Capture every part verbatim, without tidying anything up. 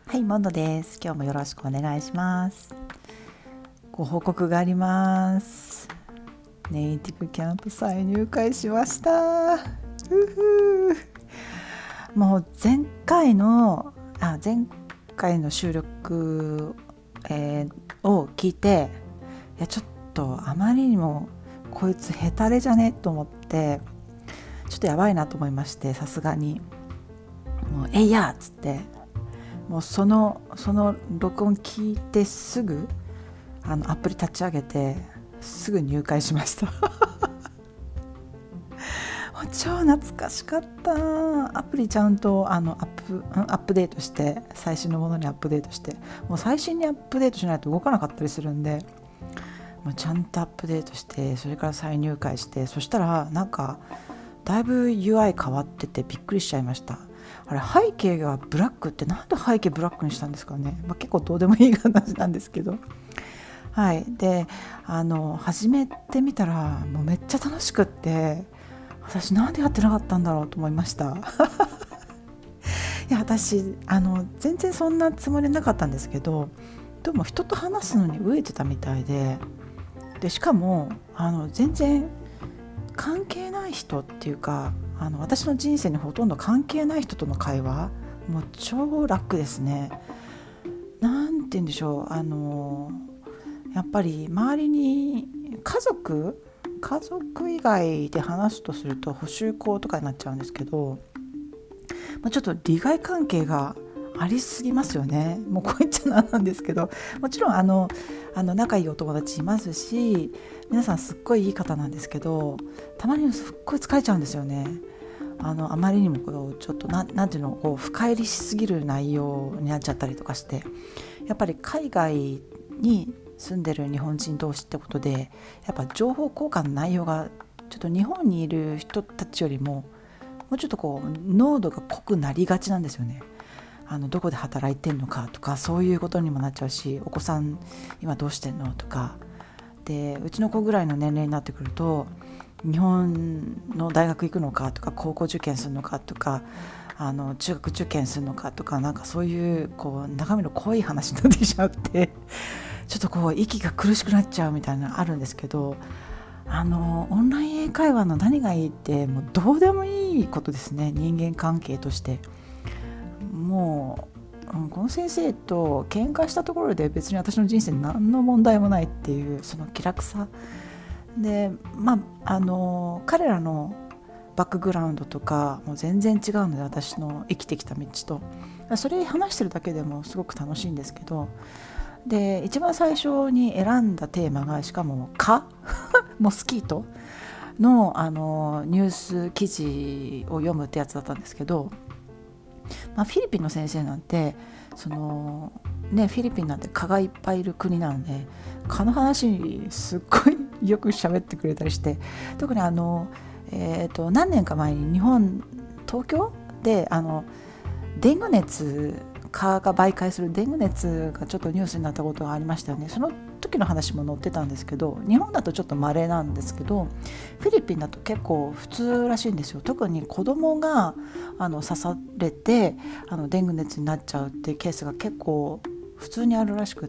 はい、モンドです。今日もよろしくお願いします。ご報告があります。ネイティブキャンプ再入会しました。うふもう前回のあ前回の収録、えー、を聞いて、いやちょっとあまりにもこいつヘタレじゃねと思って、ちょっとやばいなと思いまして、さすがにもうえいやっつって、もうそのその録音聞いてすぐあのアプリ立ち上げてすぐ入会しました超懐かしかった。アプリちゃんとあのアップアップデートして、最新のものにアップデートして、もう最新にアップデートしないと動かなかったりするんで、もうちゃんとアップデートして、それから再入会して、そしたらなんかだいぶ ユーアイ 変わっててびっくりしちゃいました。あれ背景がブラックってなんで背景ブラックにしたんですかね、まあ、結構どうでもいい話なんですけど、はい。であの始めてみたらもうめっちゃ楽しくって、私なんでやってなかったんだろうと思いましたいや私あの全然そんなつもりなかったんですけど、でも人と話すのに飢えてたみたいで、でしかもあの全然関係ない人っていうか、あの私の人生にほとんど関係ない人との会話、もう超楽ですね。なんて言うんでしょう、あのやっぱり周りに家族家族以外で話すとすると補習校とかになっちゃうんですけど、まあ、ちょっと利害関係がありすぎますよね。もうこう言っちゃなんなんですけど、もちろんあのあの仲いいお友達いますし、皆さんすっごいいい方なんですけど、たまにすっごい疲れちゃうんですよね。あのあまりにもこうちょっとななんていうの、こう深入りしすぎる内容になっちゃったりとかして、やっぱり海外に住んでる日本人同士ってことで、やっぱ情報交換の内容がちょっと日本にいる人たちよりももうちょっとこう濃度が濃くなりがちなんですよね。あのどこで働いてんのかとか、そういうことにもなっちゃうし、お子さん今どうしてんのとかで、うちの子ぐらいの年齢になってくると、日本の大学行くのかとか、高校受験するのかとか、あの中学受験するのかとか、なんかそういうこう中身の濃い話になってきちゃってちょっとこう息が苦しくなっちゃうみたいなのあるんですけど、あのオンライン英会話の何がいいって、もうどうでもいいことですね。人間関係としてもう、うん、この先生と喧嘩したところで別に私の人生に何の問題もないっていう、その気楽さで、まああの彼らのバックグラウンドとかもう全然違うので、私の生きてきた道とそれ話してるだけでもすごく楽しいんですけど、で一番最初に選んだテーマが、しかも蚊モスキートの、あのニュース記事を読むってやつだったんですけど、まあ、フィリピンの先生なんてその、ね、フィリピンなんて蚊がいっぱいいる国なので、蚊の話すっごいよく喋ってくれたりして、特にあの、えー、と何年か前に日本東京であのデング熱蚊が媒介するデング熱がちょっとニュースになったことがありましたよね。その時の話も載ってたんですけど、日本だとちょっと稀なんですけど、フィリピンだと結構普通らしいんですよ。特に子供があの刺されてあのデング熱になっちゃうっていうケースが結構普通にあるらしくって、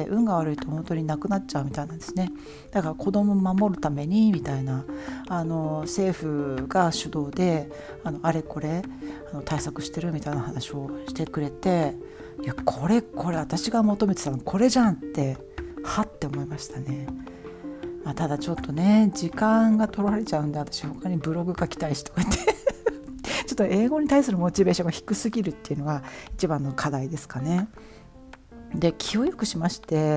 運が悪いと本当になくなっちゃうみたいなんですね。だから子供を守るためにみたいな、あの政府が主導であのあれこれあの対策してるみたいな話をしてくれて、いやこれこれ私が求めてたのこれじゃんってはって思いましたね。まあ、ただちょっとね時間が取られちゃうんで、私他にブログ書きたいしとか言ってちょっと英語に対するモチベーションが低すぎるっていうのが一番の課題ですかね。で気をよくしまして、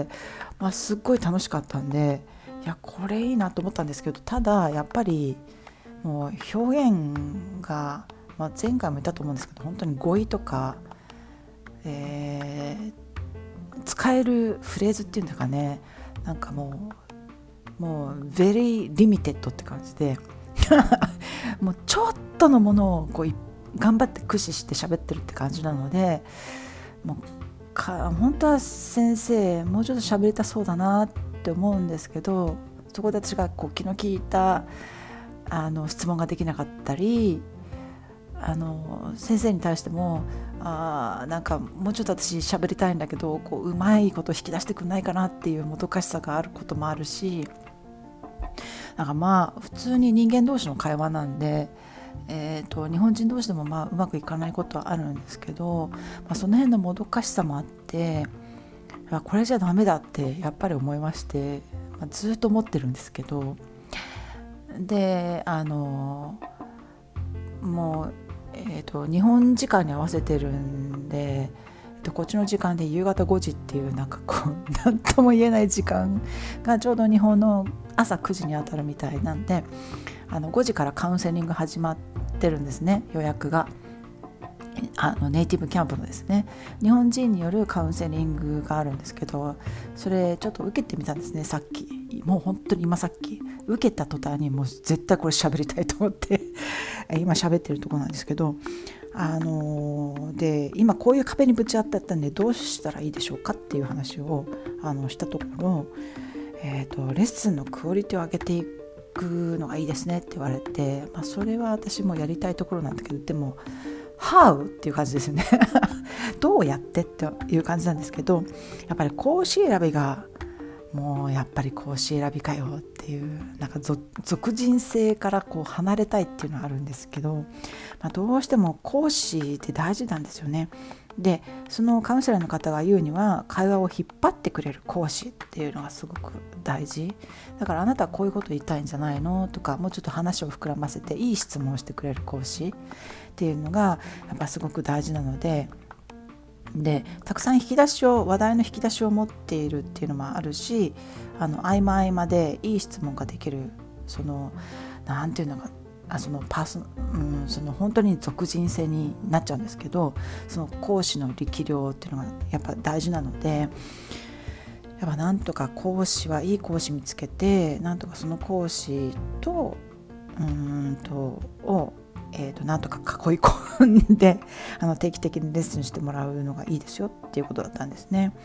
まあ、すっごい楽しかったんで、いやこれいいなと思ったんですけど、ただやっぱりもう表現が、まあ、前回も言ったと思うんですけど、本当に語彙とか、えー、使えるフレーズっていうんですかね、なんかもうもう very limited って感じでもうちょっとのものをこう頑張って駆使して喋ってるって感じなので、もうか本当は先生もうちょっと喋りたそうだなって思うんですけど、そこで私がこう気の利いたあの質問ができなかったり、 あの先生に対してもあなんかもうちょっと私喋りたいんだけどこううまいこと引き出してくんないかなっていうもどかしさがあることもあるし、なんかまあ普通に人間同士の会話なんで、えー、と日本人同士でもまあうまくいかないことはあるんですけど、まあ、その辺のもどかしさもあって、これじゃダメだってやっぱり思いまして、まあ、ずっと思ってるんですけど、であのもう、えー、と日本時間に合わせてるんで、えっとこっちの時間で夕方ごじっていうなんかこう何とも言えない時間がちょうど日本の朝くじに当たるみたいなんで、あのごじからカウンセリング始まってるんですね、予約が。あのネイティブキャンプのですね、日本人によるカウンセリングがあるんですけど、それちょっと受けてみたんですね、さっき。もう本当に今さっき受けた途端にもう絶対これ喋りたいと思って今喋ってるところなんですけど、あのー、で今こういう壁にぶち当たったんでどうしたらいいでしょうかっていう話をあのしたところ、えーと、レッスンのクオリティを上げていくのがいいですねって言われて、まあ、それは私もやりたいところなんだけど、でもHow? っていう感じですよねどうやってっていう感じなんですけど、やっぱり講師選びがもうやっぱり講師選びかよっていう、なんか属人性からこう離れたいっていうのはあるんですけど、まあ、どうしても講師って大事なんですよね。でそのカウンセラーの方が言うには、会話を引っ張ってくれる講師っていうのがすごく大事だから、あなたはこういうこと言いたいんじゃないのとか、もうちょっと話を膨らませていい質問をしてくれる講師っていうのがやっぱすごく大事なので、でたくさん引き出しを話題の引き出しを持っているっていうのもあるし、あの合間合間でいい質問ができる、そのなんていうのか、あそのパーソ、うん、その本当に属人性になっちゃうんですけど、その講師の力量っていうのがやっぱ大事なので、やっぱなんとか講師はいい講師見つけて、なんとかその講師とうーんとをえー、となんとか囲い込んであの定期的にレッスンしてもらうのがいいですよっていうことだったんですね。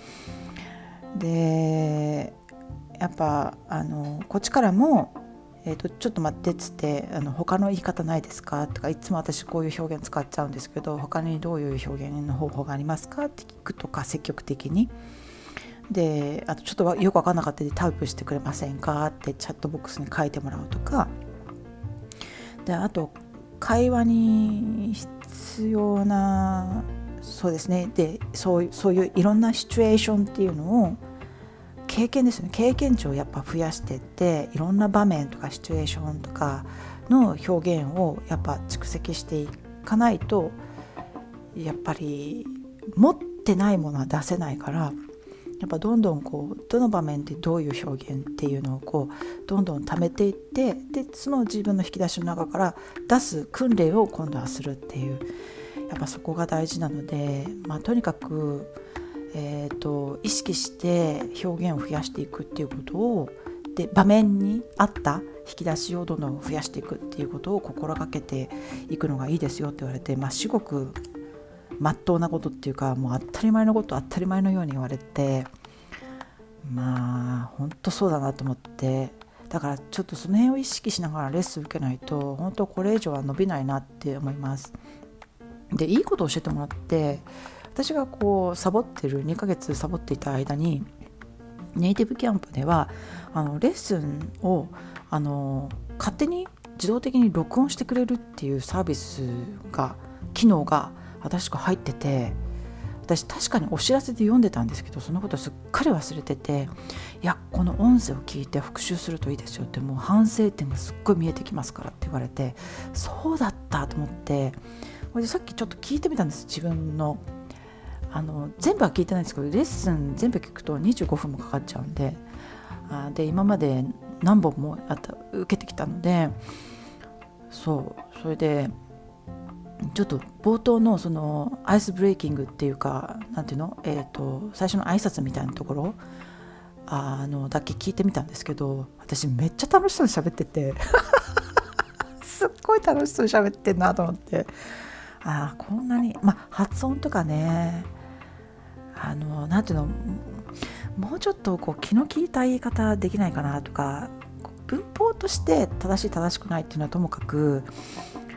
でやっぱあのこっちからも、えー、とちょっと待ってっつって、あの他の言い方ないですかとか、いつも私こういう表現使っちゃうんですけど、他にどういう表現の方法がありますかって聞くとか、積極的に。であとちょっとよく分かんなかったんでタイプしてくれませんかってチャットボックスに書いてもらうとかで、あと会話に必要な、そうですね、でそういう、そういういろんなシチュエーションっていうのを経験ですよね、経験値をやっぱ増やしていって、いろんな場面とかシチュエーションとかの表現をやっぱ蓄積していかないと、やっぱり持ってないものは出せないから、やっぱどんどんこうどの場面でどういう表現っていうのをこうどんどん貯めていって、でその自分の引き出しの中から出す訓練を今度はするっていう、やっぱそこが大事なので、まあ、とにかく、えーと、意識して表現を増やしていくっていうことを、で場面に合った引き出しをどんどん増やしていくっていうことを心がけていくのがいいですよって言われて、まあ、すごくまっとうなことっていうか、もう当たり前のこと当たり前のように言われて、まあ本当そうだなと思って、だからちょっとその辺を意識しながらレッスン受けないと本当これ以上は伸びないなって思います。でいいことを教えてもらって、私がこうサボってるにかげつサボっていた間に、ネイティブキャンプではあのレッスンをあの勝手に自動的に録音してくれるっていうサービスが機能が新しく入ってて、私確かにお知らせで読んでたんですけど、そのことすっかり忘れてて、いやこの音声を聞いて復習するといいですよって、もう反省点がすっごい見えてきますからって言われて、そうだったと思って、これでさっきちょっと聞いてみたんです。自分のあの全部は聞いてないんですけど、レッスン全部聞くとにじゅうごふんもかかっちゃうんで、あで今まで何本もあった受けてきたので、そうそれでちょっと冒頭のそのアイスブレイキングっていうか、なんていうの、えーと最初の挨拶みたいなところあのだけ聞いてみたんですけど、私めっちゃ楽しそうに喋っててすっごい楽しそうに喋ってんなと思って、あこんなに、まあ、発音とかね、あのなんていうの、もうちょっとこう気の利いた言い方できないかなとか、文法として正しい正しくないっていうのはともかく、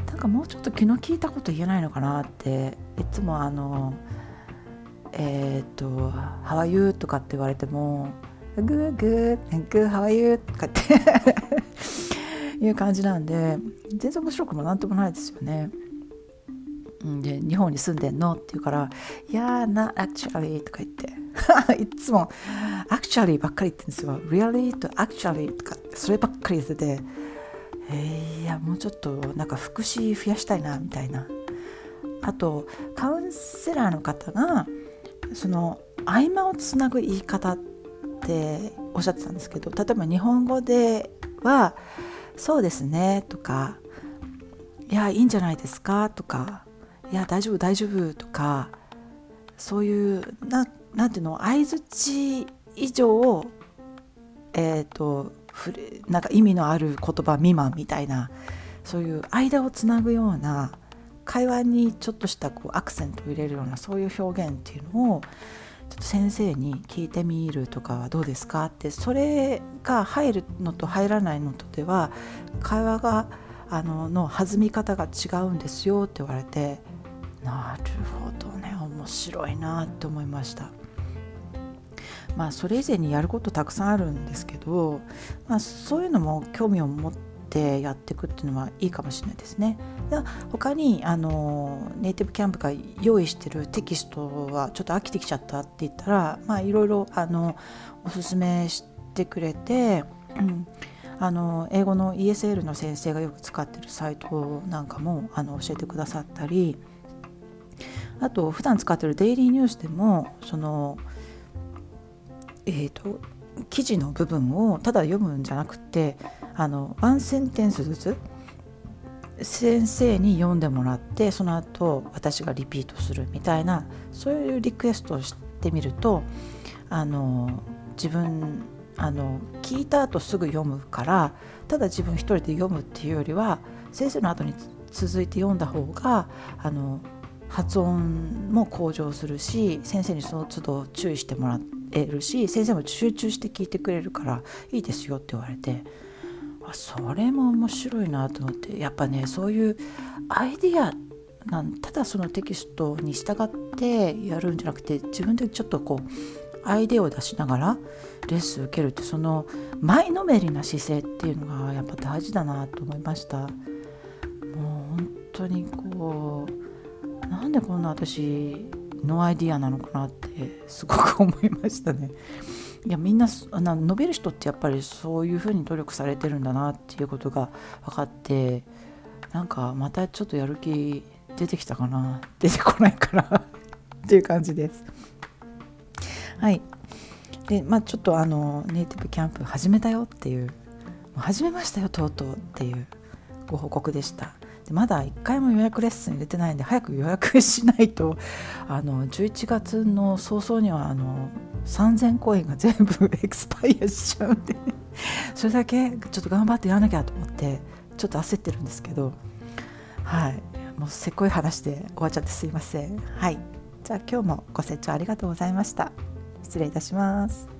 なんかもうちょっと気の利いたこと言えないのかなっていつもあのえっ、ー、と「How are you?」とかって言われても「グーグーグー How are you?」とかっていう感じなんで全然面白くもなんともないですよね。で日本に住んでんのって言うから「いやーな actually」とか言っていつも「actually」ばっかり言ってるんですよ。「really」と「actually」とかそればっかり言ってて、えー、いやもうちょっとなんか副詞増やしたいなみたいな。あとカウンセラーの方がその合間をつなぐ言い方っておっしゃってたんですけど、例えば日本語ではそうですねとか、いやいいんじゃないですかとか、いや大丈夫大丈夫とか、そういうななんていうの相づち以上えっとなんか意味のある言葉未満みたいな、そういう間をつなぐような会話にちょっとしたこうアクセントを入れるようなそういう表現っていうのをちょっと先生に聞いてみるとかはどうですかって、それが入るのと入らないのとでは会話があのの弾み方が違うんですよって言われて、なるほどね面白いなって思いました。まあそれ以前にやることたくさんあるんですけど、まあ、そういうのも興味を持ってやっていくっていうのはいいかもしれないですね。で他にあのネイティブキャンプが用意してるテキストはちょっと飽きてきちゃったって言ったら、まあいろいろあのおすすめしてくれて、うん、あの英語の イーエスエル の先生がよく使ってるサイトなんかもあの教えてくださったり、あと普段使ってるデイリーニュースでもそのえーと記事の部分をただ読むんじゃなくて、あのワンセンテンスずつ先生に読んでもらって、その後私がリピートするみたいな、そういうリクエストをしてみると、あの自分あの聞いた後すぐ読むから、ただ自分一人で読むっていうよりは先生の後に続いて読んだ方があの発音も向上するし、先生にその都度注意してもらえるし、先生も集中して聞いてくれるからいいですよって言われて、あそれも面白いなと思って、やっぱねそういうアイディアなんただそのテキストに従ってやるんじゃなくて、自分でちょっとこうアイデアを出しながらレッスン受けるって、その前のめりな姿勢っていうのがやっぱ大事だなと思いました。もう本当にこうなんでこんな私ノーアイディアなのかなってすごく思いましたね。いやみんな伸びる人ってやっぱりそういうふうに努力されてるんだなっていうことが分かって、なんかまたちょっとやる気出てきたかな、出てこないかなっていう感じです。はい。でまあちょっとあのネイティブキャンプ始めたよっていう、始めましたよとうとうっていうご報告でした。まだいっかいも予約レッスン入れてないんで早く予約しないと、あのじゅういちがつの早々にはあのさんぜんコインが全部エクスパイアしちゃうんでそれだけちょっと頑張ってやらなきゃと思ってちょっと焦ってるんですけど、はい、もうせっこい話で終わっちゃってすいません。はい、じゃあ今日もご清聴ありがとうございました。失礼いたします。